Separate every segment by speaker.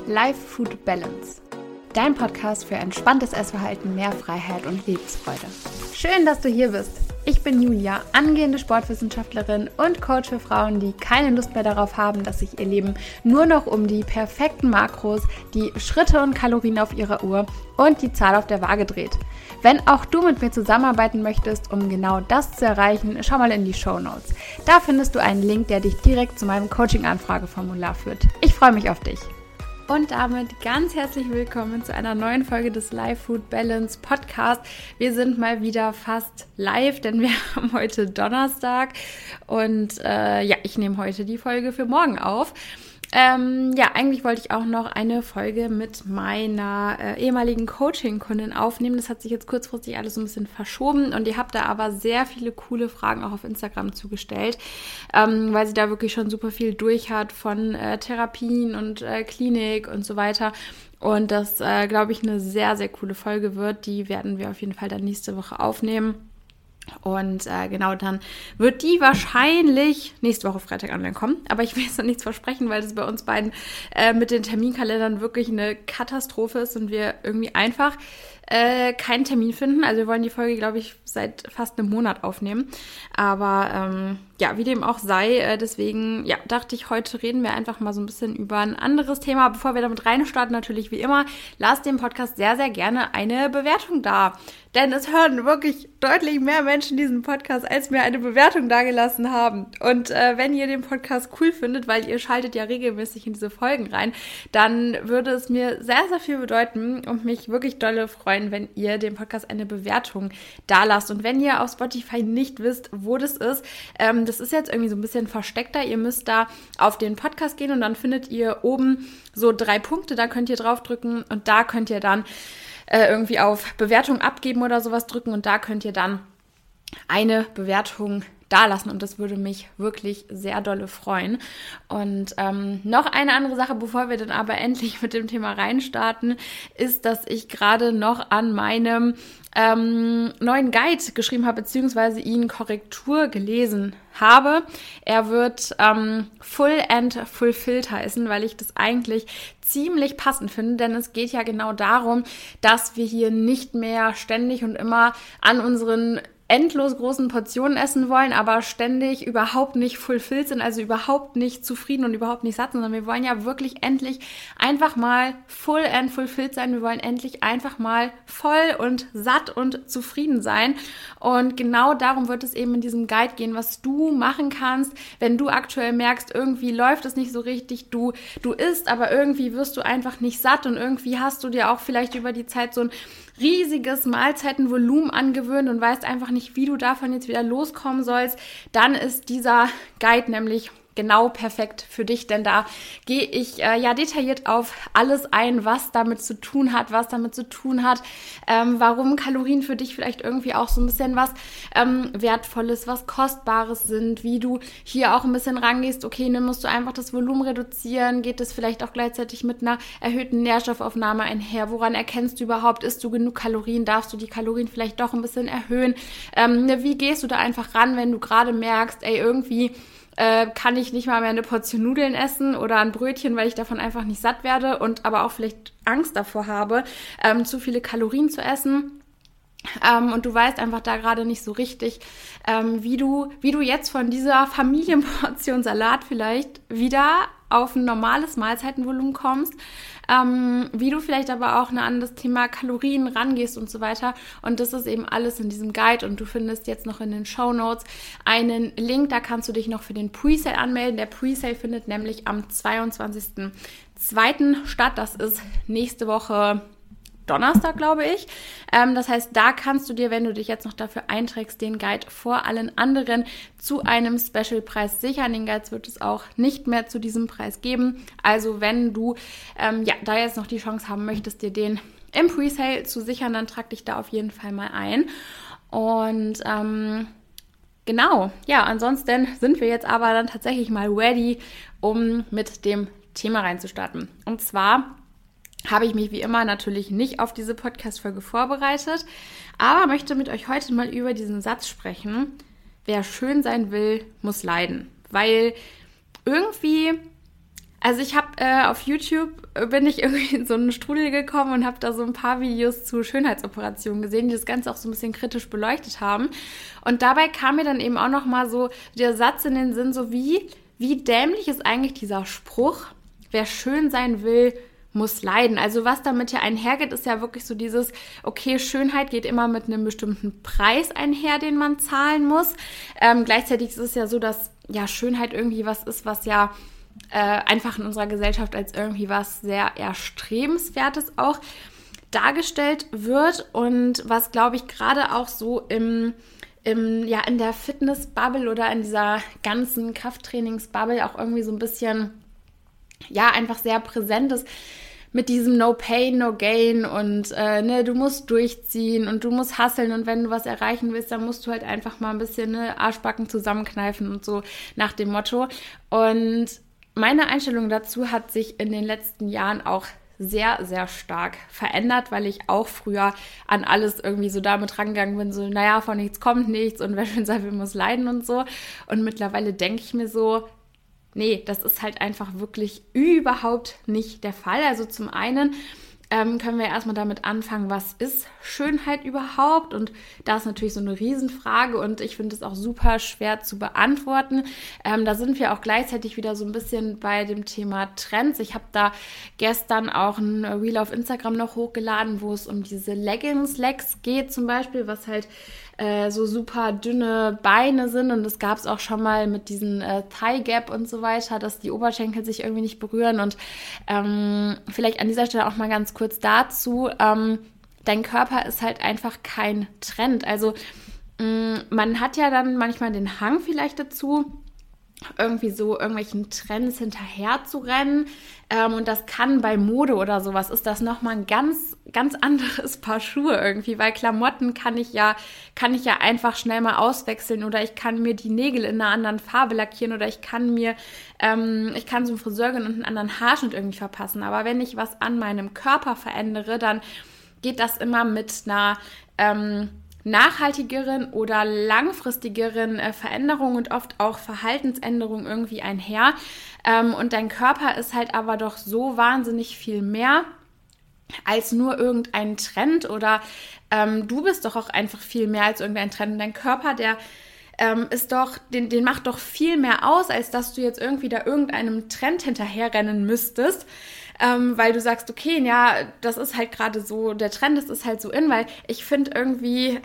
Speaker 1: Life Food Balance. Dein Podcast für entspanntes Essverhalten, mehr Freiheit und Lebensfreude. Schön, dass du hier bist. Ich bin Julia, angehende Sportwissenschaftlerin und Coach für Frauen, die keine Lust mehr darauf haben, dass sich ihr Leben nur noch um die perfekten Makros, die Schritte und Kalorien auf ihrer Uhr und die Zahl auf der Waage dreht. Wenn auch du mit mir zusammenarbeiten möchtest, um genau das zu erreichen, schau mal in die Shownotes. Da findest du einen Link, der dich direkt zu meinem Coaching-Anfrageformular führt. Ich freue mich auf dich. Und damit ganz herzlich willkommen zu einer neuen Folge des Life Food Balance Podcast. Wir sind mal wieder fast live, denn wir haben heute Donnerstag und ich nehme heute die Folge für morgen auf. Eigentlich wollte ich auch noch eine Folge mit meiner ehemaligen Coaching-Kundin aufnehmen. Das hat sich jetzt kurzfristig alles so ein bisschen verschoben und ihr habt da aber sehr viele coole Fragen auch auf Instagram zugestellt, weil sie da wirklich schon super viel durch hat von Therapien und Klinik und so weiter. Und das, glaube ich, eine sehr, sehr coole Folge wird. Die werden wir auf jeden Fall dann nächste Woche aufnehmen. Und dann wird die wahrscheinlich nächste Woche Freitag online kommen. Aber ich will jetzt noch nichts versprechen, weil das bei uns beiden mit den Terminkalendern wirklich eine Katastrophe ist und wir irgendwie einfach keinen Termin finden. Also wir wollen die Folge, glaube ich, seit fast einem Monat aufnehmen. Aber wie dem auch sei, deswegen dachte ich, heute reden wir einfach mal so ein bisschen über ein anderes Thema. Bevor wir damit reinstarten, natürlich wie immer, lasst dem Podcast sehr, sehr gerne eine Bewertung da. Denn es hören wirklich deutlich mehr Menschen diesen Podcast, als mir eine Bewertung dagelassen haben. Und wenn ihr den Podcast cool findet, weil ihr schaltet ja regelmäßig in diese Folgen rein, dann würde es mir sehr, sehr viel bedeuten und mich wirklich dolle freuen, wenn ihr dem Podcast eine Bewertung da lasst. Und wenn ihr auf Spotify nicht wisst, wo das ist jetzt irgendwie so ein bisschen versteckter. Ihr müsst da auf den Podcast gehen und dann findet ihr oben so 3 Punkte, da könnt ihr draufdrücken und da könnt ihr dann irgendwie auf Bewertung abgeben oder sowas drücken und da könnt ihr dann eine Bewertung dalassen und das würde mich wirklich sehr dolle freuen. Und noch eine andere Sache, bevor wir dann aber endlich mit dem Thema reinstarten, ist, dass ich gerade noch an meinem neuen Guide geschrieben habe, beziehungsweise ihn Korrektur gelesen habe. Er wird Full and Fulfilled heißen, weil ich das eigentlich ziemlich passend finde, denn es geht ja genau darum, dass wir hier nicht mehr ständig und immer an unseren endlos großen Portionen essen wollen, aber ständig überhaupt nicht fulfilled sind, also überhaupt nicht zufrieden und überhaupt nicht satt, sondern wir wollen ja wirklich endlich einfach mal full and fulfilled sein. Wir wollen endlich einfach mal voll und satt und zufrieden sein. Und genau darum wird es eben in diesem Guide gehen, was du machen kannst, wenn du aktuell merkst, irgendwie läuft es nicht so richtig, du isst, aber irgendwie wirst du einfach nicht satt und irgendwie hast du dir auch vielleicht über die Zeit so ein riesiges Mahlzeitenvolumen angewöhnt und weißt einfach nicht, wie du davon jetzt wieder loskommen sollst, dann ist dieser Guide nämlich genau perfekt für dich, denn da gehe ich detailliert auf alles ein, was damit zu tun hat, warum Kalorien für dich vielleicht irgendwie auch so ein bisschen was Wertvolles, was Kostbares sind, wie du hier auch ein bisschen rangehst, okay, dann musst du einfach das Volumen reduzieren, geht es vielleicht auch gleichzeitig mit einer erhöhten Nährstoffaufnahme einher, woran erkennst du überhaupt, isst du genug Kalorien, darfst du die Kalorien vielleicht doch ein bisschen erhöhen, wie gehst du da einfach ran, wenn du gerade merkst, irgendwie kann ich nicht mal mehr eine Portion Nudeln essen oder ein Brötchen, weil ich davon einfach nicht satt werde und aber auch vielleicht Angst davor habe, zu viele Kalorien zu essen. Und du weißt einfach da gerade nicht so richtig, wie du jetzt von dieser Familienportion Salat vielleicht wieder auf ein normales Mahlzeitenvolumen kommst, wie du vielleicht aber auch an das Thema Kalorien rangehst und so weiter. Und das ist eben alles in diesem Guide und du findest jetzt noch in den Shownotes einen Link, da kannst du dich noch für den Presale anmelden. Der Presale findet nämlich am 22.02. statt, das ist nächste Woche Donnerstag, glaube ich. Das heißt, da kannst du dir, wenn du dich jetzt noch dafür einträgst, den Guide vor allen anderen zu einem Special-Preis sichern. Den Guides wird es auch nicht mehr zu diesem Preis geben. Also wenn du da jetzt noch die Chance haben möchtest, dir den im Presale zu sichern, dann trag dich da auf jeden Fall mal ein. Und ansonsten sind wir jetzt aber dann tatsächlich mal ready, um mit dem Thema reinzustarten. Und zwar habe ich mich wie immer natürlich nicht auf diese Podcast-Folge vorbereitet, aber möchte mit euch heute mal über diesen Satz sprechen: Wer schön sein will, muss leiden. Weil irgendwie Also ich habe auf YouTube bin ich irgendwie in so einen Strudel gekommen und habe da so ein paar Videos zu Schönheitsoperationen gesehen, die das Ganze auch so ein bisschen kritisch beleuchtet haben. Und dabei kam mir dann eben auch nochmal so der Satz in den Sinn, so wie dämlich ist eigentlich dieser Spruch, wer schön sein will, muss leiden. Also was damit ja einhergeht, ist ja wirklich so dieses, okay, Schönheit geht immer mit einem bestimmten Preis einher, den man zahlen muss. Gleichzeitig ist es ja so, dass ja Schönheit irgendwie was ist, was ja einfach in unserer Gesellschaft als irgendwie was sehr Erstrebenswertes auch dargestellt wird und was, glaube ich, gerade auch so in der Fitness-Bubble oder in dieser ganzen Krafttrainings-Bubble auch irgendwie so ein bisschen, ja, einfach sehr präsent ist mit diesem No Pain, No Gain und du musst durchziehen und du musst hustlen und wenn du was erreichen willst, dann musst du halt einfach mal ein bisschen Arschbacken zusammenkneifen und so nach dem Motto. Und meine Einstellung dazu hat sich in den letzten Jahren auch sehr, sehr stark verändert, weil ich auch früher an alles irgendwie so damit rangegangen bin, so, naja, von nichts kommt nichts und wer schön sein will, muss leiden und so. Und mittlerweile denke ich mir so, nee, das ist halt einfach wirklich überhaupt nicht der Fall. Also zum einen können wir erstmal damit anfangen, was ist Schönheit überhaupt? Und da ist natürlich so eine Riesenfrage und ich finde es auch super schwer zu beantworten. Da sind wir auch gleichzeitig wieder so ein bisschen bei dem Thema Trends. Ich habe da gestern auch ein Reel auf Instagram noch hochgeladen, wo es um diese Leggings-Legs geht zum Beispiel, was halt so super dünne Beine sind und das gab es auch schon mal mit diesen Thigh Gap und so weiter, dass die Oberschenkel sich irgendwie nicht berühren und vielleicht an dieser Stelle auch mal ganz kurz dazu, dein Körper ist halt einfach kein Trend, also man hat ja dann manchmal den Hang vielleicht dazu, irgendwie so irgendwelchen Trends hinterher zu rennen und das kann bei Mode oder sowas, ist das nochmal ein ganz, ganz anderes Paar Schuhe irgendwie, weil Klamotten kann ich ja einfach schnell mal auswechseln oder ich kann mir die Nägel in einer anderen Farbe lackieren oder ich kann so einen Friseur gehen und einen anderen Haarschnitt irgendwie verpassen, aber wenn ich was an meinem Körper verändere, dann geht das immer mit einer nachhaltigeren oder langfristigeren Veränderungen und oft auch Verhaltensänderungen irgendwie einher. Und dein Körper ist halt aber doch so wahnsinnig viel mehr als nur irgendein Trend oder du bist doch auch einfach viel mehr als irgendein Trend. Und dein Körper, der den macht doch viel mehr aus, als dass du jetzt irgendwie da irgendeinem Trend hinterherrennen müsstest. Weil du sagst, okay, ja, das ist halt gerade so, der Trend ist halt so in, weil ich finde irgendwie,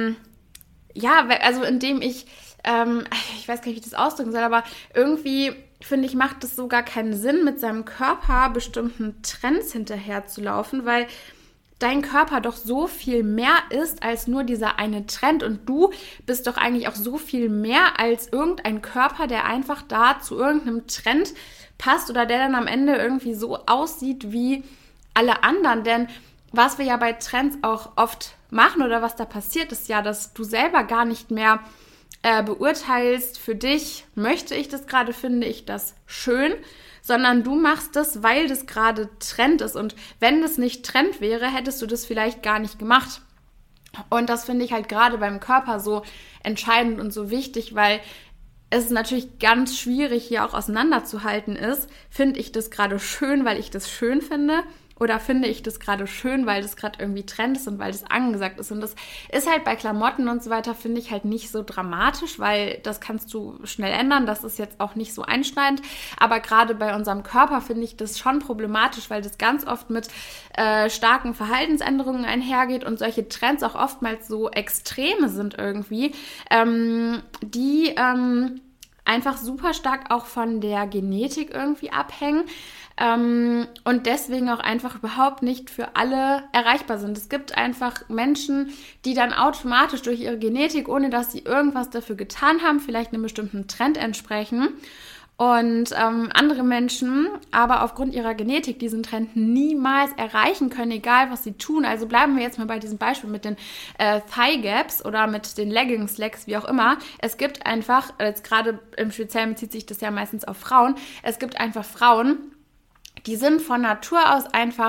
Speaker 1: also indem ich weiß gar nicht, wie ich das ausdrücken soll, aber irgendwie, finde ich, macht es so gar keinen Sinn, mit seinem Körper bestimmten Trends hinterher zu laufen, weil dein Körper doch so viel mehr ist als nur dieser eine Trend und du bist doch eigentlich auch so viel mehr als irgendein Körper, der einfach da zu irgendeinem Trend passt oder der dann am Ende irgendwie so aussieht wie alle anderen. Denn was wir ja bei Trends auch oft machen oder was da passiert, ist ja, dass du selber gar nicht mehr beurteilst für dich, möchte ich das gerade, finde ich das schön, sondern du machst das, weil das gerade Trend ist. Und wenn das nicht Trend wäre, hättest du das vielleicht gar nicht gemacht. Und das finde ich halt gerade beim Körper so entscheidend und so wichtig, weil es natürlich ganz schwierig hier auch auseinanderzuhalten ist. Finde ich das gerade schön, weil ich das schön finde? Oder finde ich das gerade schön, weil das gerade irgendwie Trend ist und weil das angesagt ist? Und das ist halt bei Klamotten und so weiter, finde ich halt nicht so dramatisch, weil das kannst du schnell ändern. Das ist jetzt auch nicht so einschneidend. Aber gerade bei unserem Körper finde ich das schon problematisch, weil das ganz oft mit starken Verhaltensänderungen einhergeht und solche Trends auch oftmals so Extreme sind irgendwie, die einfach super stark auch von der Genetik irgendwie abhängen. Und deswegen auch einfach überhaupt nicht für alle erreichbar sind. Es gibt einfach Menschen, die dann automatisch durch ihre Genetik, ohne dass sie irgendwas dafür getan haben, vielleicht einem bestimmten Trend entsprechen. Und andere Menschen aber aufgrund ihrer Genetik diesen Trend niemals erreichen können, egal was sie tun. Also bleiben wir jetzt mal bei diesem Beispiel mit den Thigh Gaps oder mit den Leggings-Legs, wie auch immer. Es gibt einfach, jetzt gerade im Speziellen bezieht sich das ja meistens auf Frauen, es gibt einfach Frauen, die sind von Natur aus einfach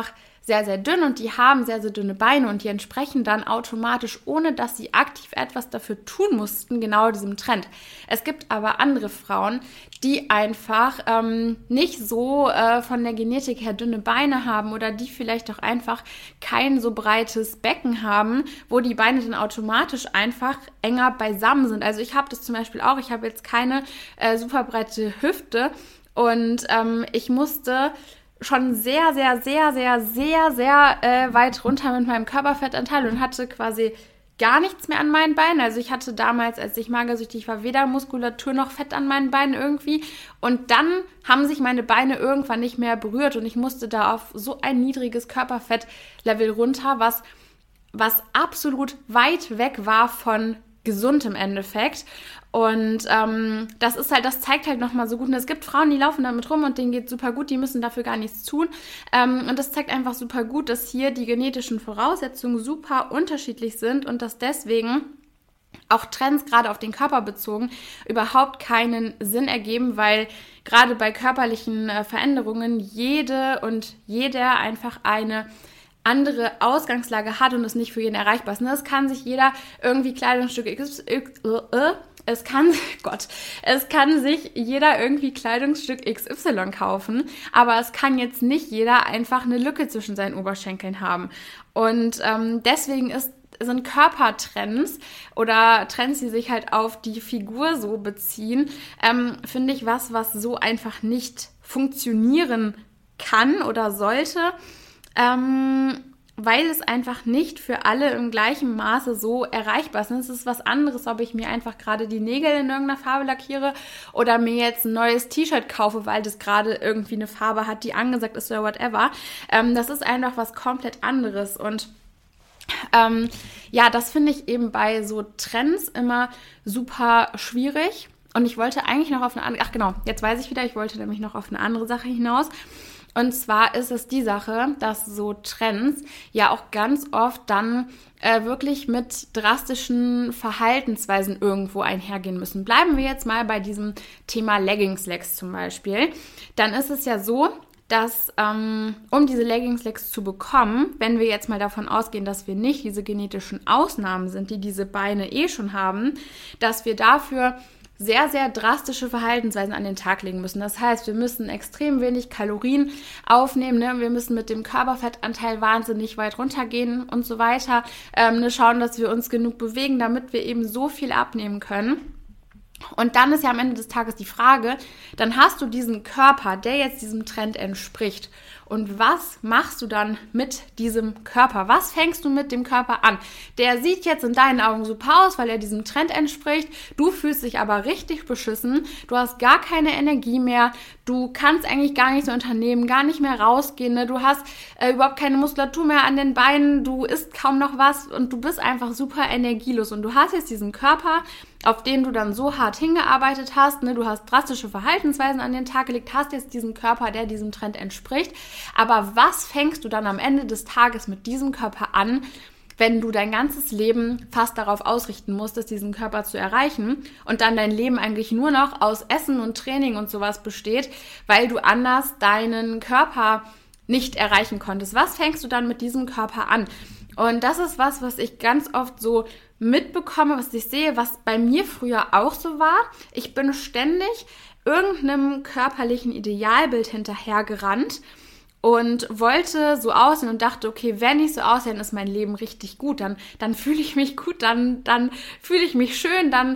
Speaker 1: sehr, sehr dünn und die haben sehr, sehr dünne Beine und die entsprechen dann automatisch, ohne dass sie aktiv etwas dafür tun mussten, genau diesem Trend. Es gibt aber andere Frauen, die einfach nicht so von der Genetik her dünne Beine haben oder die vielleicht auch einfach kein so breites Becken haben, wo die Beine dann automatisch einfach enger beisammen sind. Also ich habe das zum Beispiel auch, ich habe jetzt keine super breite Hüfte und ich musste schon sehr, sehr, sehr, sehr, sehr, sehr weit runter mit meinem Körperfettanteil und hatte quasi gar nichts mehr an meinen Beinen. Also ich hatte damals, als ich magersüchtig war, weder Muskulatur noch Fett an meinen Beinen irgendwie. Und dann haben sich meine Beine irgendwann nicht mehr berührt und ich musste da auf so ein niedriges Körperfettlevel runter, was absolut weit weg war von gesund im Endeffekt. Und das zeigt halt nochmal so gut. Und es gibt Frauen, die laufen damit rum und denen geht super gut, die müssen dafür gar nichts tun. Und das zeigt einfach super gut, dass hier die genetischen Voraussetzungen super unterschiedlich sind und dass deswegen auch Trends, gerade auf den Körper bezogen, überhaupt keinen Sinn ergeben, weil gerade bei körperlichen Veränderungen jede und jeder einfach eine andere Ausgangslage hat und es nicht für jeden erreichbar ist. Es kann sich jeder irgendwie Kleidungsstück es kann sich jeder irgendwie Kleidungsstück XY kaufen, aber es kann jetzt nicht jeder einfach eine Lücke zwischen seinen Oberschenkeln haben. Und deswegen sind Körpertrends oder Trends, die sich halt auf die Figur so beziehen, finde ich was so einfach nicht funktionieren kann oder sollte, weil es einfach nicht für alle im gleichen Maße so erreichbar ist. Es ist was anderes, ob ich mir einfach gerade die Nägel in irgendeiner Farbe lackiere oder mir jetzt ein neues T-Shirt kaufe, weil das gerade irgendwie eine Farbe hat, die angesagt ist oder whatever. Das ist einfach was komplett anderes und das finde ich eben bei so Trends immer super schwierig. Und ich wollte eigentlich noch auf eine andere, jetzt weiß ich wieder, ich wollte nämlich noch auf eine andere Sache hinaus. Und zwar ist es die Sache, dass so Trends ja auch ganz oft dann wirklich mit drastischen Verhaltensweisen irgendwo einhergehen müssen. Bleiben wir jetzt mal bei diesem Thema Leggings-Legs zum Beispiel. Dann ist es ja so, dass um diese Leggings-Legs zu bekommen, wenn wir jetzt mal davon ausgehen, dass wir nicht diese genetischen Ausnahmen sind, die diese Beine schon haben, dass wir dafür sehr, sehr drastische Verhaltensweisen an den Tag legen müssen. Das heißt, wir müssen extrem wenig Kalorien aufnehmen, wir müssen mit dem Körperfettanteil wahnsinnig weit runtergehen und so weiter, schauen, dass wir uns genug bewegen, damit wir eben so viel abnehmen können. Und dann ist ja am Ende des Tages die Frage, dann hast du diesen Körper, der jetzt diesem Trend entspricht. Und was machst du dann mit diesem Körper? Was fängst du mit dem Körper an? Der sieht jetzt in deinen Augen super aus, weil er diesem Trend entspricht. Du fühlst dich aber richtig beschissen. Du hast gar keine Energie mehr. Du kannst eigentlich gar nichts mehr unternehmen, gar nicht mehr rausgehen. Du hast überhaupt keine Muskulatur mehr an den Beinen. Du isst kaum noch was und du bist einfach super energielos. Und du hast jetzt diesen Körper, auf den du dann so hart hingearbeitet hast. Du hast drastische Verhaltensweisen an den Tag gelegt, hast jetzt diesen Körper, der diesem Trend entspricht. Aber was fängst du dann am Ende des Tages mit diesem Körper an, wenn du dein ganzes Leben fast darauf ausrichten musstest, diesen Körper zu erreichen und dann dein Leben eigentlich nur noch aus Essen und Training und sowas besteht, weil du anders deinen Körper nicht erreichen konntest? Was fängst du dann mit diesem Körper an? Und das ist was ich ganz oft so mitbekomme, was ich sehe, was bei mir früher auch so war. Ich bin ständig irgendeinem körperlichen Idealbild hinterhergerannt und wollte so aussehen und dachte, okay, wenn ich so aussehe, dann ist mein Leben richtig gut, dann fühle ich mich gut, dann fühle ich mich schön, dann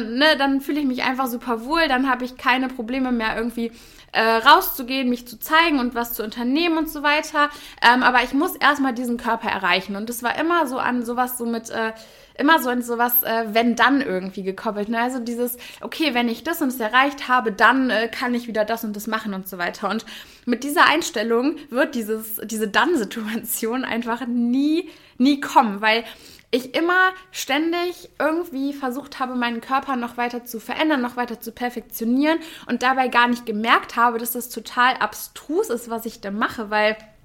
Speaker 1: fühle ich mich einfach super wohl, dann habe ich keine Probleme mehr irgendwie rauszugehen, mich zu zeigen und was zu unternehmen und so weiter. Aber ich muss erstmal diesen Körper erreichen. Und es war immer so an sowas so mit, wenn dann irgendwie gekoppelt. Also dieses, okay, wenn ich das und das erreicht habe, dann kann ich wieder das und das machen und so weiter. Und mit dieser Einstellung wird diese Dann-Situation einfach nie kommen, weil ich immer ständig irgendwie versucht habe, meinen Körper noch weiter zu verändern, noch weiter zu perfektionieren und dabei gar nicht gemerkt habe, dass das total abstrus ist, was ich da mache, weil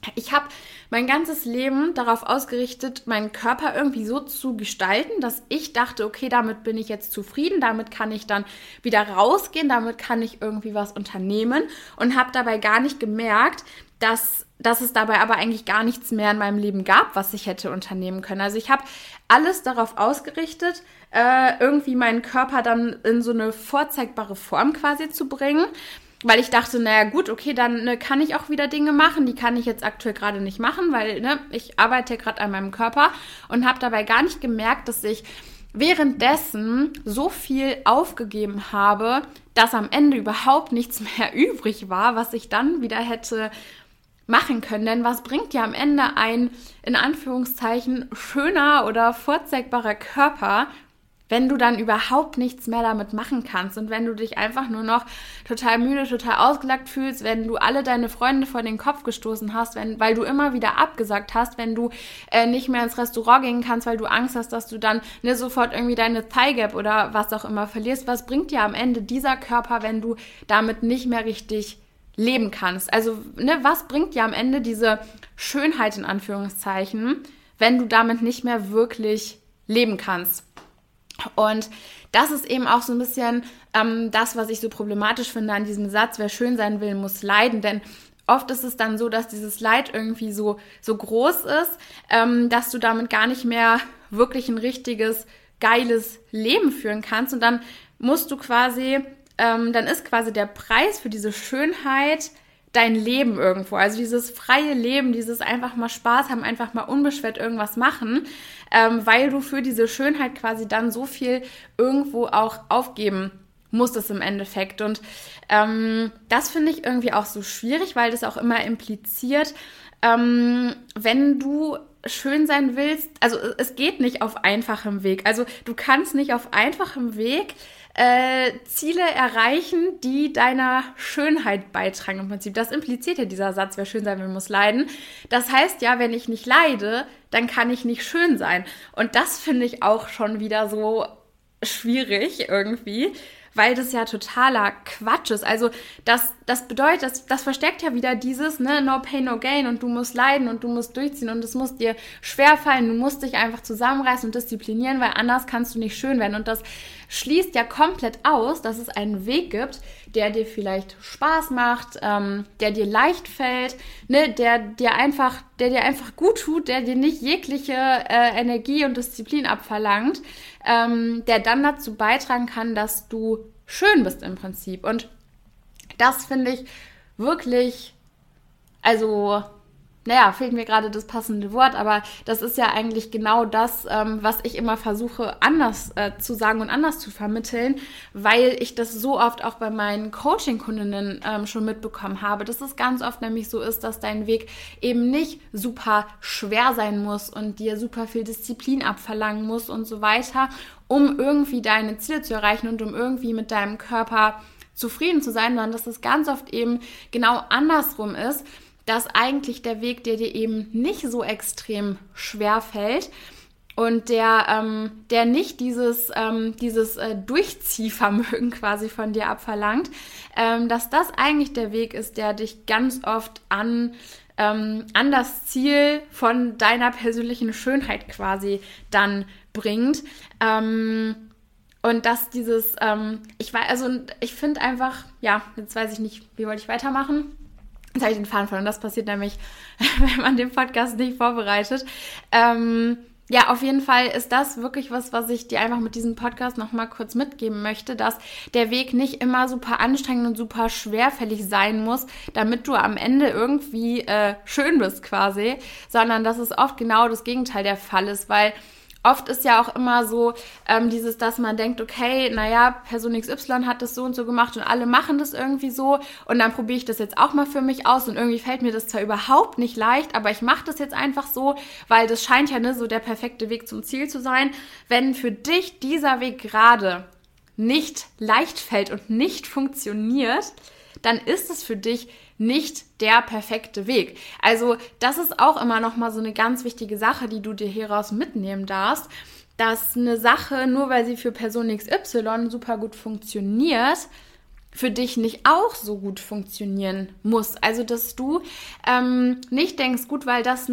Speaker 1: Ich habe mein ganzes Leben darauf ausgerichtet, meinen Körper irgendwie so zu gestalten, dass ich dachte, okay, damit bin ich jetzt zufrieden, damit kann ich dann wieder rausgehen, damit kann ich irgendwie was unternehmen und habe dabei gar nicht gemerkt, dass es dabei aber eigentlich gar nichts mehr in meinem Leben gab, was ich hätte unternehmen können. Also ich habe alles darauf ausgerichtet, irgendwie meinen Körper dann in so eine vorzeigbare Form quasi zu bringen, weil ich dachte, naja gut, okay, dann kann ich auch wieder Dinge machen, die kann ich jetzt aktuell gerade nicht machen, weil ich arbeite gerade an meinem Körper und habe dabei gar nicht gemerkt, dass ich währenddessen so viel aufgegeben habe, dass am Ende überhaupt nichts mehr übrig war, was ich dann wieder hätte machen können. Denn was bringt dir am Ende ein, in Anführungszeichen, schöner oder vorzeigbarer Körper, wenn du dann überhaupt nichts mehr damit machen kannst und wenn du dich einfach nur noch total müde, total ausgelaugt fühlst, wenn du alle deine Freunde vor den Kopf gestoßen hast, weil du immer wieder abgesagt hast, wenn du nicht mehr ins Restaurant gehen kannst, weil du Angst hast, dass du dann sofort irgendwie deine Thigh Gap oder was auch immer verlierst. Was bringt dir am Ende dieser Körper, wenn du damit nicht mehr richtig leben kannst? Also, was bringt dir am Ende diese Schönheit in Anführungszeichen, wenn du damit nicht mehr wirklich leben kannst? Und das ist eben auch so ein bisschen das, was ich so problematisch finde an diesem Satz, wer schön sein will, muss leiden. Denn oft ist es dann so, dass dieses Leid irgendwie so groß ist, dass du damit gar nicht mehr wirklich ein richtiges, geiles Leben führen kannst. Und dann musst du quasi, dann ist quasi der Preis für diese Schönheit dein Leben irgendwo, also dieses freie Leben, dieses einfach mal Spaß haben, einfach mal unbeschwert irgendwas machen, weil du für diese Schönheit quasi dann so viel irgendwo auch aufgeben musstest im Endeffekt. Und das finde ich irgendwie auch so schwierig, weil das auch immer impliziert, wenn du schön sein willst, also es geht nicht auf einfachem Weg, also du kannst nicht auf einfachem Weg Ziele erreichen, die deiner Schönheit beitragen im Prinzip. Das impliziert ja dieser Satz, wer schön sein will, muss leiden. Das heißt ja, wenn ich nicht leide, dann kann ich nicht schön sein. Und das finde ich auch schon wieder so schwierig irgendwie, weil das ja totaler Quatsch ist. Also das bedeutet, das verstärkt ja wieder dieses, no pain, no gain und du musst leiden und du musst durchziehen und es muss dir schwerfallen, du musst dich einfach zusammenreißen und disziplinieren, weil anders kannst du nicht schön werden. Und das schließt ja komplett aus, dass es einen Weg gibt, der dir vielleicht Spaß macht, der dir leicht fällt, der dir einfach gut tut, der dir nicht jegliche Energie und Disziplin abverlangt, der dann dazu beitragen kann, dass du schön bist im Prinzip. Und das finde ich wirklich, also, fehlt mir gerade das passende Wort, aber das ist ja eigentlich genau das, was ich immer versuche anders zu sagen und anders zu vermitteln, weil ich das so oft auch bei meinen Coaching-Kundinnen schon mitbekommen habe, dass es ganz oft nämlich so ist, dass dein Weg eben nicht super schwer sein muss und dir super viel Disziplin abverlangen muss und so weiter, um irgendwie deine Ziele zu erreichen und um irgendwie mit deinem Körper zufrieden zu sein, sondern dass es ganz oft eben genau andersrum ist, dass eigentlich der Weg, der dir eben nicht so extrem schwer fällt und der nicht dieses Durchziehvermögen quasi von dir abverlangt, dass das eigentlich der Weg ist, der dich ganz oft an das Ziel von deiner persönlichen Schönheit quasi dann bringt. Und dass dieses, ich finde einfach, jetzt weiß ich nicht, wie wollte ich weitermachen? Jetzt habe ich den Faden verloren. Und das passiert nämlich, wenn man den Podcast nicht vorbereitet. Auf jeden Fall ist das wirklich was ich dir einfach mit diesem Podcast nochmal kurz mitgeben möchte, dass der Weg nicht immer super anstrengend und super schwerfällig sein muss, damit du am Ende irgendwie schön bist quasi, sondern dass es oft genau das Gegenteil der Fall ist, weil oft ist ja auch immer so dass man denkt, okay, Person XY hat das so und so gemacht und alle machen das irgendwie so und dann probiere ich das jetzt auch mal für mich aus und irgendwie fällt mir das zwar überhaupt nicht leicht, aber ich mache das jetzt einfach so, weil das scheint ja so der perfekte Weg zum Ziel zu sein. Wenn für dich dieser Weg gerade nicht leicht fällt und nicht funktioniert, dann ist es für dich nicht der perfekte Weg. Also das ist auch immer nochmal so eine ganz wichtige Sache, die du dir hieraus mitnehmen darfst, dass eine Sache, nur weil sie für Person XY super gut funktioniert, für dich nicht auch so gut funktionieren muss. Also, dass du nicht denkst, gut, weil das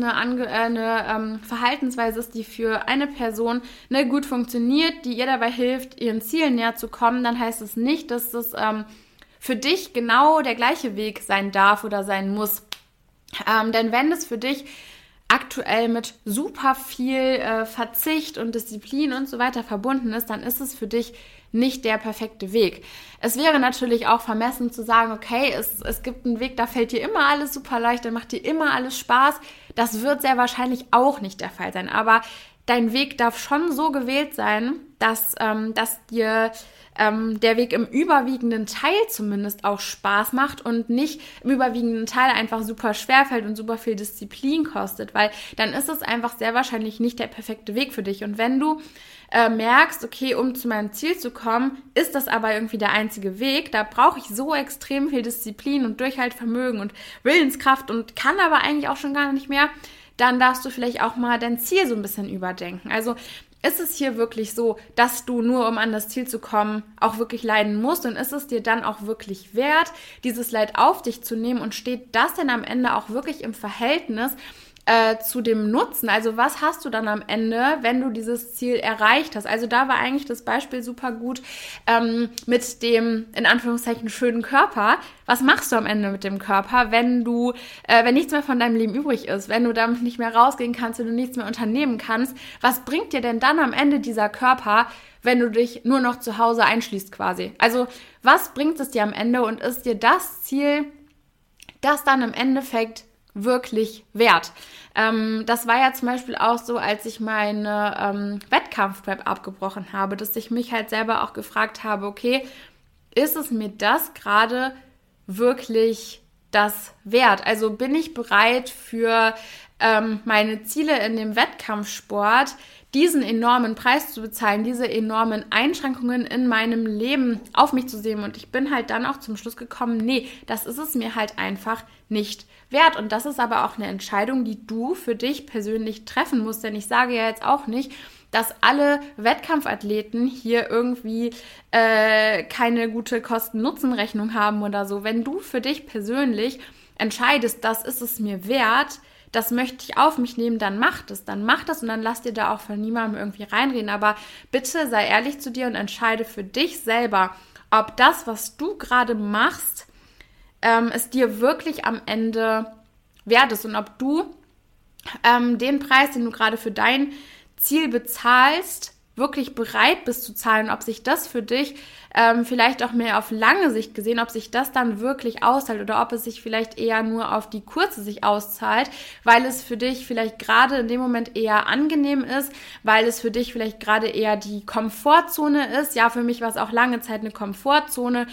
Speaker 1: eine Verhaltensweise ist, die für eine Person gut funktioniert, die ihr dabei hilft, ihren Zielen näher zu kommen, dann heißt es nicht, dass das für dich genau der gleiche Weg sein darf oder sein muss. Denn wenn es für dich aktuell mit super viel Verzicht und Disziplin und so weiter verbunden ist, dann ist es für dich nicht der perfekte Weg. Es wäre natürlich auch vermessen zu sagen, okay, es gibt einen Weg, da fällt dir immer alles super leicht, da macht dir immer alles Spaß. Das wird sehr wahrscheinlich auch nicht der Fall sein. Aber dein Weg darf schon so gewählt sein, dass dir der Weg im überwiegenden Teil zumindest auch Spaß macht und nicht im überwiegenden Teil einfach super schwer fällt und super viel Disziplin kostet, weil dann ist es einfach sehr wahrscheinlich nicht der perfekte Weg für dich. Und wenn du merkst, okay, um zu meinem Ziel zu kommen, ist das aber irgendwie der einzige Weg, da brauche ich so extrem viel Disziplin und Durchhaltevermögen und Willenskraft und kann aber eigentlich auch schon gar nicht mehr, dann darfst du vielleicht auch mal dein Ziel so ein bisschen überdenken. Also ist es hier wirklich so, dass du nur, um an das Ziel zu kommen, auch wirklich leiden musst? Und ist es dir dann auch wirklich wert, dieses Leid auf dich zu nehmen? Und steht das denn am Ende auch wirklich im Verhältnis zu dem Nutzen? Also was hast du dann am Ende, wenn du dieses Ziel erreicht hast? Also da war eigentlich das Beispiel super gut mit dem, in Anführungszeichen, schönen Körper. Was machst du am Ende mit dem Körper, wenn nichts mehr von deinem Leben übrig ist, wenn du damit nicht mehr rausgehen kannst, wenn du nichts mehr unternehmen kannst? Was bringt dir denn dann am Ende dieser Körper, wenn du dich nur noch zu Hause einschließt quasi? Also was bringt es dir am Ende und ist dir das Ziel, das dann im Endeffekt wirklich wert? Das war ja zum Beispiel auch so, als ich meine Wettkampfprep abgebrochen habe, dass ich mich halt selber auch gefragt habe, okay, ist es mir das gerade wirklich das wert? Also bin ich bereit für meine Ziele in dem Wettkampfsport, diesen enormen Preis zu bezahlen, diese enormen Einschränkungen in meinem Leben auf mich zu sehen? Und ich bin halt dann auch zum Schluss gekommen, nee, das ist es mir halt einfach nicht wert. Und das ist aber auch eine Entscheidung, die du für dich persönlich treffen musst. Denn ich sage ja jetzt auch nicht, dass alle Wettkampfathleten hier irgendwie keine gute Kosten-Nutzen-Rechnung haben oder so. Wenn du für dich persönlich entscheidest, das ist es mir wert, das möchte ich auf mich nehmen, dann mach das und dann lass dir da auch von niemandem irgendwie reinreden. Aber bitte sei ehrlich zu dir und entscheide für dich selber, ob das, was du gerade machst, es dir wirklich am Ende wert ist und ob du den Preis, den du gerade für dein Ziel bezahlst, wirklich bereit bist zu zahlen, ob sich das für dich vielleicht auch mehr auf lange Sicht gesehen, ob sich das dann wirklich auszahlt oder ob es sich vielleicht eher nur auf die kurze Sicht auszahlt, weil es für dich vielleicht gerade in dem Moment eher angenehm ist, weil es für dich vielleicht gerade eher die Komfortzone ist. Ja, für mich war es auch lange Zeit eine Komfortzone,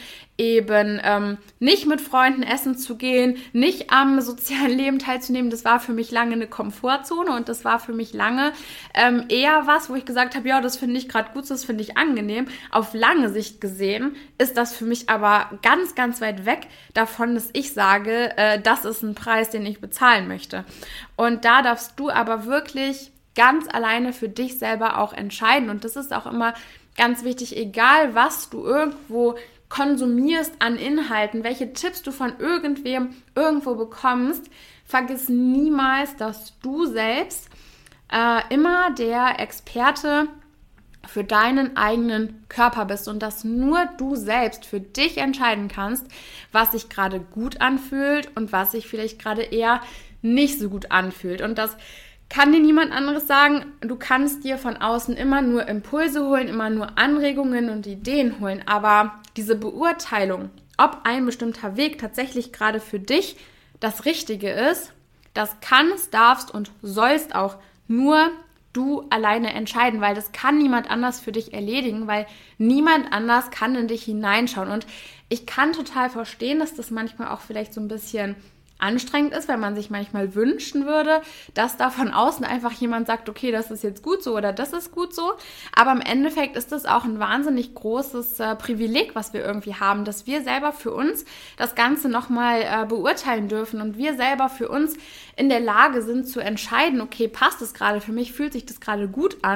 Speaker 1: eben nicht mit Freunden essen zu gehen, nicht am sozialen Leben teilzunehmen. Das war für mich lange eine Komfortzone und das war für mich lange eher was, wo ich gesagt habe, ja, das finde ich gerade gut, das finde ich angenehm. Auf lange Sicht gesehen ist das für mich aber ganz, ganz weit weg davon, dass ich sage, das ist ein Preis, den ich bezahlen möchte. Und da darfst du aber wirklich ganz alleine für dich selber auch entscheiden. Und das ist auch immer ganz wichtig, egal was du irgendwo konsumierst an Inhalten, welche Tipps du von irgendwem irgendwo bekommst, vergiss niemals, dass du selbst immer der Experte für deinen eigenen Körper bist und dass nur du selbst für dich entscheiden kannst, was sich gerade gut anfühlt und was sich vielleicht gerade eher nicht so gut anfühlt. Und das kann dir niemand anderes sagen. Du kannst dir von außen immer nur Impulse holen, immer nur Anregungen und Ideen holen. Aber diese Beurteilung, ob ein bestimmter Weg tatsächlich gerade für dich das Richtige ist, das kannst, darfst und sollst auch nur du alleine entscheiden, weil das kann niemand anders für dich erledigen, weil niemand anders kann in dich hineinschauen. Und ich kann total verstehen, dass das manchmal auch vielleicht so ein bisschen anstrengend ist, weil man sich manchmal wünschen würde, dass da von außen einfach jemand sagt, okay, das ist jetzt gut so oder das ist gut so. Aber im Endeffekt ist das auch ein wahnsinnig großes Privileg, was wir irgendwie haben, dass wir selber für uns das Ganze nochmal beurteilen dürfen und wir selber für uns in der Lage sind zu entscheiden, okay, passt das gerade für mich, fühlt sich das gerade gut an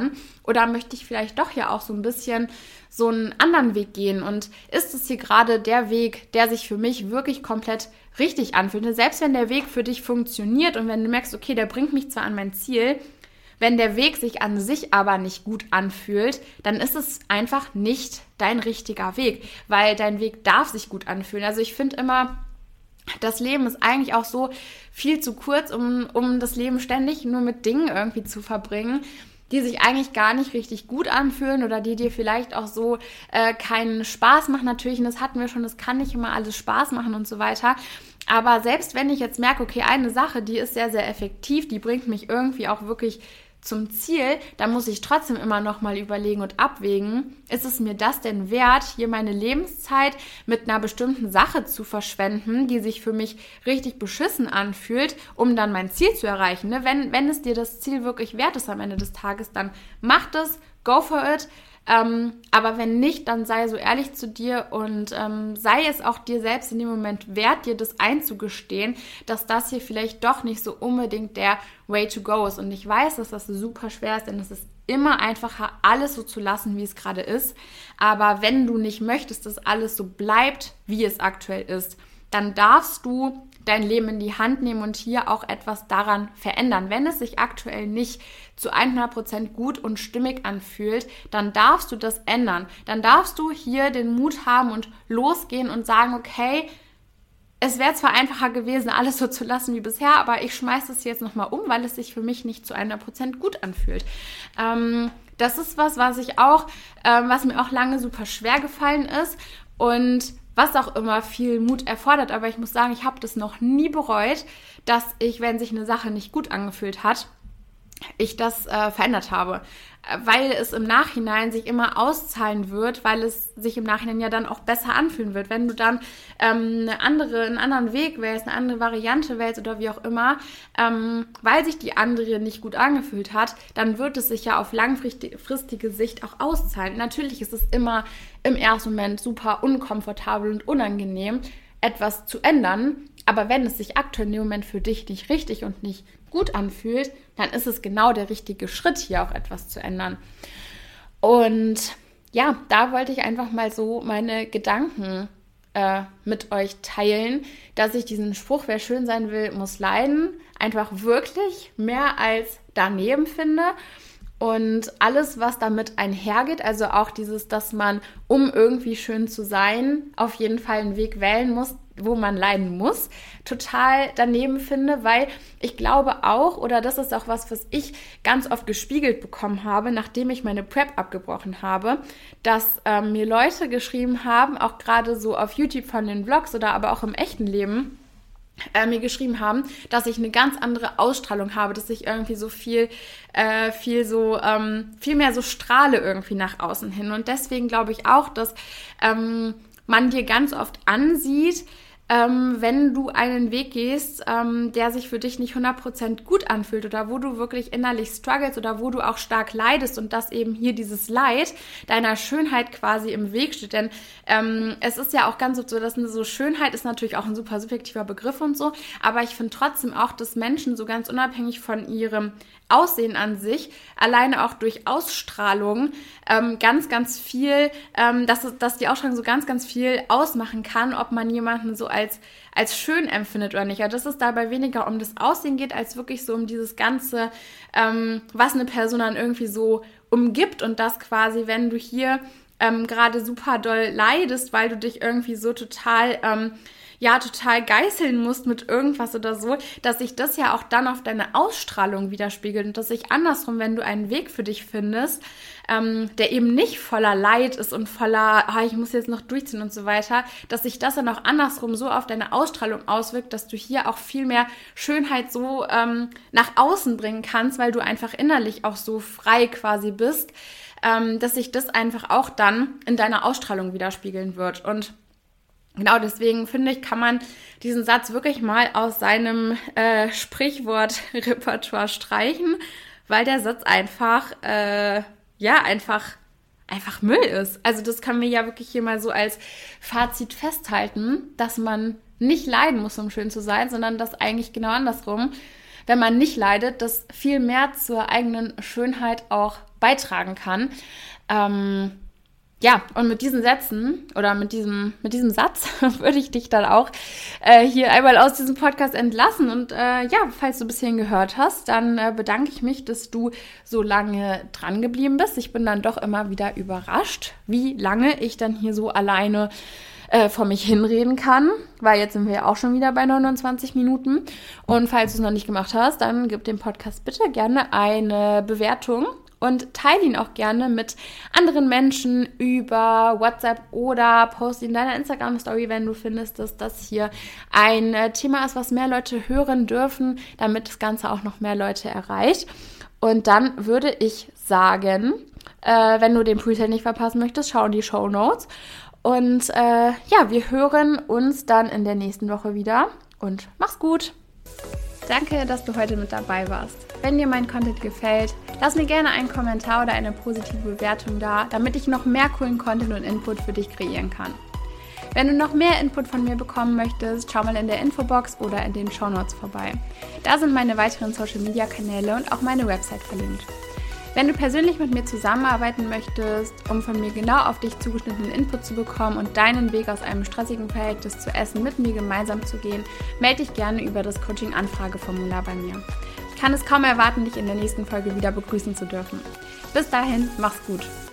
Speaker 1: Oder möchte ich vielleicht doch ja auch so ein bisschen so einen anderen Weg gehen? Und ist es hier gerade der Weg, der sich für mich wirklich komplett richtig anfühlt? Selbst wenn der Weg für dich funktioniert und wenn du merkst, okay, der bringt mich zwar an mein Ziel, wenn der Weg sich an sich aber nicht gut anfühlt, dann ist es einfach nicht dein richtiger Weg, weil dein Weg darf sich gut anfühlen. Also ich finde immer, das Leben ist eigentlich auch so viel zu kurz, um das Leben ständig nur mit Dingen irgendwie zu verbringen, die sich eigentlich gar nicht richtig gut anfühlen oder die dir vielleicht auch so keinen Spaß machen. Natürlich, und das hatten wir schon, das kann nicht immer alles Spaß machen und so weiter. Aber selbst wenn ich jetzt merke, okay, eine Sache, die ist sehr, sehr effektiv, die bringt mich irgendwie auch wirklich zum Ziel, dann muss ich trotzdem immer noch mal überlegen und abwägen, ist es mir das denn wert, hier meine Lebenszeit mit einer bestimmten Sache zu verschwenden, die sich für mich richtig beschissen anfühlt, um dann mein Ziel zu erreichen. Ne? Wenn es dir das Ziel wirklich wert ist am Ende des Tages, dann mach das, go for it. Aber wenn nicht, dann sei so ehrlich zu dir und sei es auch dir selbst in dem Moment wert, dir das einzugestehen, dass das hier vielleicht doch nicht so unbedingt der way to go ist. Und ich weiß, dass das super schwer ist, denn es ist immer einfacher, alles so zu lassen, wie es gerade ist. Aber wenn du nicht möchtest, dass alles so bleibt, wie es aktuell ist, dann darfst du dein Leben in die Hand nehmen und hier auch etwas daran verändern. Wenn es sich aktuell nicht zu 100% gut und stimmig anfühlt, dann darfst du das ändern. Dann darfst du hier den Mut haben und losgehen und sagen, okay, es wäre zwar einfacher gewesen, alles so zu lassen wie bisher, aber ich schmeiße es jetzt nochmal um, weil es sich für mich nicht zu 100% gut anfühlt. Das ist was mir auch lange super schwer gefallen ist und was auch immer viel Mut erfordert. Aber ich muss sagen, ich habe das noch nie bereut, dass ich, wenn sich eine Sache nicht gut angefühlt hat, ich das verändert habe. Weil es im Nachhinein sich immer auszahlen wird, weil es sich im Nachhinein ja dann auch besser anfühlen wird. Wenn du dann einen anderen Weg wählst, eine andere Variante wählst oder wie auch immer, weil sich die andere nicht gut angefühlt hat, dann wird es sich ja auf langfristige Sicht auch auszahlen. Natürlich ist es immer im ersten Moment super unkomfortabel und unangenehm, etwas zu ändern, aber wenn es sich aktuell in dem Moment für dich nicht richtig und nicht gut anfühlt, dann ist es genau der richtige Schritt, hier auch etwas zu ändern. Und ja, da wollte ich einfach mal so meine Gedanken mit euch teilen, dass ich diesen Spruch, wer schön sein will, muss leiden, einfach wirklich mehr als daneben finde. Und alles, was damit einhergeht, also auch dieses, dass man, um irgendwie schön zu sein, auf jeden Fall einen Weg wählen muss, wo man leiden muss, total daneben finde, weil ich glaube auch, oder das ist auch was ich ganz oft gespiegelt bekommen habe, nachdem ich meine Prep abgebrochen habe, dass mir Leute geschrieben haben, auch gerade so auf YouTube von den Vlogs oder aber auch im echten Leben, mir geschrieben haben, dass ich eine ganz andere Ausstrahlung habe, dass ich irgendwie so viel mehr so strahle irgendwie nach außen hin. Und deswegen glaube ich auch, dass man dir ganz oft ansieht, wenn du einen Weg gehst, der sich für dich nicht 100% gut anfühlt oder wo du wirklich innerlich struggles oder wo du auch stark leidest und dass eben hier dieses Leid deiner Schönheit quasi im Weg steht. Denn es ist ja auch ganz oft so, dass so Schönheit ist natürlich auch ein super subjektiver Begriff und so, aber ich finde trotzdem auch, dass Menschen so ganz unabhängig von ihrem Aussehen an sich, alleine auch durch Ausstrahlung ganz, ganz viel, dass die Ausstrahlung so ganz, ganz viel ausmachen kann, ob man jemanden so als schön empfindet oder nicht. Ja, dass es dabei weniger um das Aussehen geht, als wirklich so um dieses Ganze, was eine Person dann irgendwie so umgibt und das quasi, wenn du hier gerade super doll leidest, weil du dich irgendwie so total geißeln musst mit irgendwas oder so, dass sich das ja auch dann auf deine Ausstrahlung widerspiegelt und dass sich andersrum, wenn du einen Weg für dich findest, der eben nicht voller Leid ist und voller, ich muss jetzt noch durchziehen und so weiter, dass sich das dann auch andersrum so auf deine Ausstrahlung auswirkt, dass du hier auch viel mehr Schönheit so nach außen bringen kannst, weil du einfach innerlich auch so frei quasi bist, dass sich das einfach auch dann in deiner Ausstrahlung widerspiegeln wird. Und genau deswegen finde ich, kann man diesen Satz wirklich mal aus seinem Sprichwort-Repertoire streichen, weil der Satz einfach Müll ist. Also das kann mir ja wirklich hier mal so als Fazit festhalten, dass man nicht leiden muss, um schön zu sein, sondern dass eigentlich genau andersrum, wenn man nicht leidet, das viel mehr zur eigenen Schönheit auch beitragen kann. Und mit diesen Sätzen oder mit diesem Satz würde ich dich dann auch hier einmal aus diesem Podcast entlassen. Und falls du bis hierhin gehört hast, dann bedanke ich mich, dass du so lange dran geblieben bist. Ich bin dann doch immer wieder überrascht, wie lange ich dann hier so alleine vor mich hinreden kann, weil jetzt sind wir ja auch schon wieder bei 29 Minuten. Und falls du es noch nicht gemacht hast, dann gib dem Podcast bitte gerne eine Bewertung. Und teile ihn auch gerne mit anderen Menschen über WhatsApp oder poste ihn in deiner Instagram-Story, wenn du findest, dass das hier ein Thema ist, was mehr Leute hören dürfen, damit das Ganze auch noch mehr Leute erreicht. Und dann würde ich sagen, wenn du den Preset nicht verpassen möchtest, schau in die Shownotes. Und wir hören uns dann in der nächsten Woche wieder. Und mach's gut! Danke, dass du heute mit dabei warst. Wenn dir mein Content gefällt, lass mir gerne einen Kommentar oder eine positive Bewertung da, damit ich noch mehr coolen Content und Input für dich kreieren kann. Wenn du noch mehr Input von mir bekommen möchtest, schau mal in der Infobox oder in den Shownotes vorbei. Da sind meine weiteren Social-Media-Kanäle und auch meine Website verlinkt. Wenn du persönlich mit mir zusammenarbeiten möchtest, um von mir genau auf dich zugeschnittenen Input zu bekommen und deinen Weg aus einem stressigen Verhältnis zu Essen mit mir gemeinsam zu gehen, melde dich gerne über das Coaching-Anfrageformular bei mir. Ich kann es kaum erwarten, dich in der nächsten Folge wieder begrüßen zu dürfen. Bis dahin, mach's gut!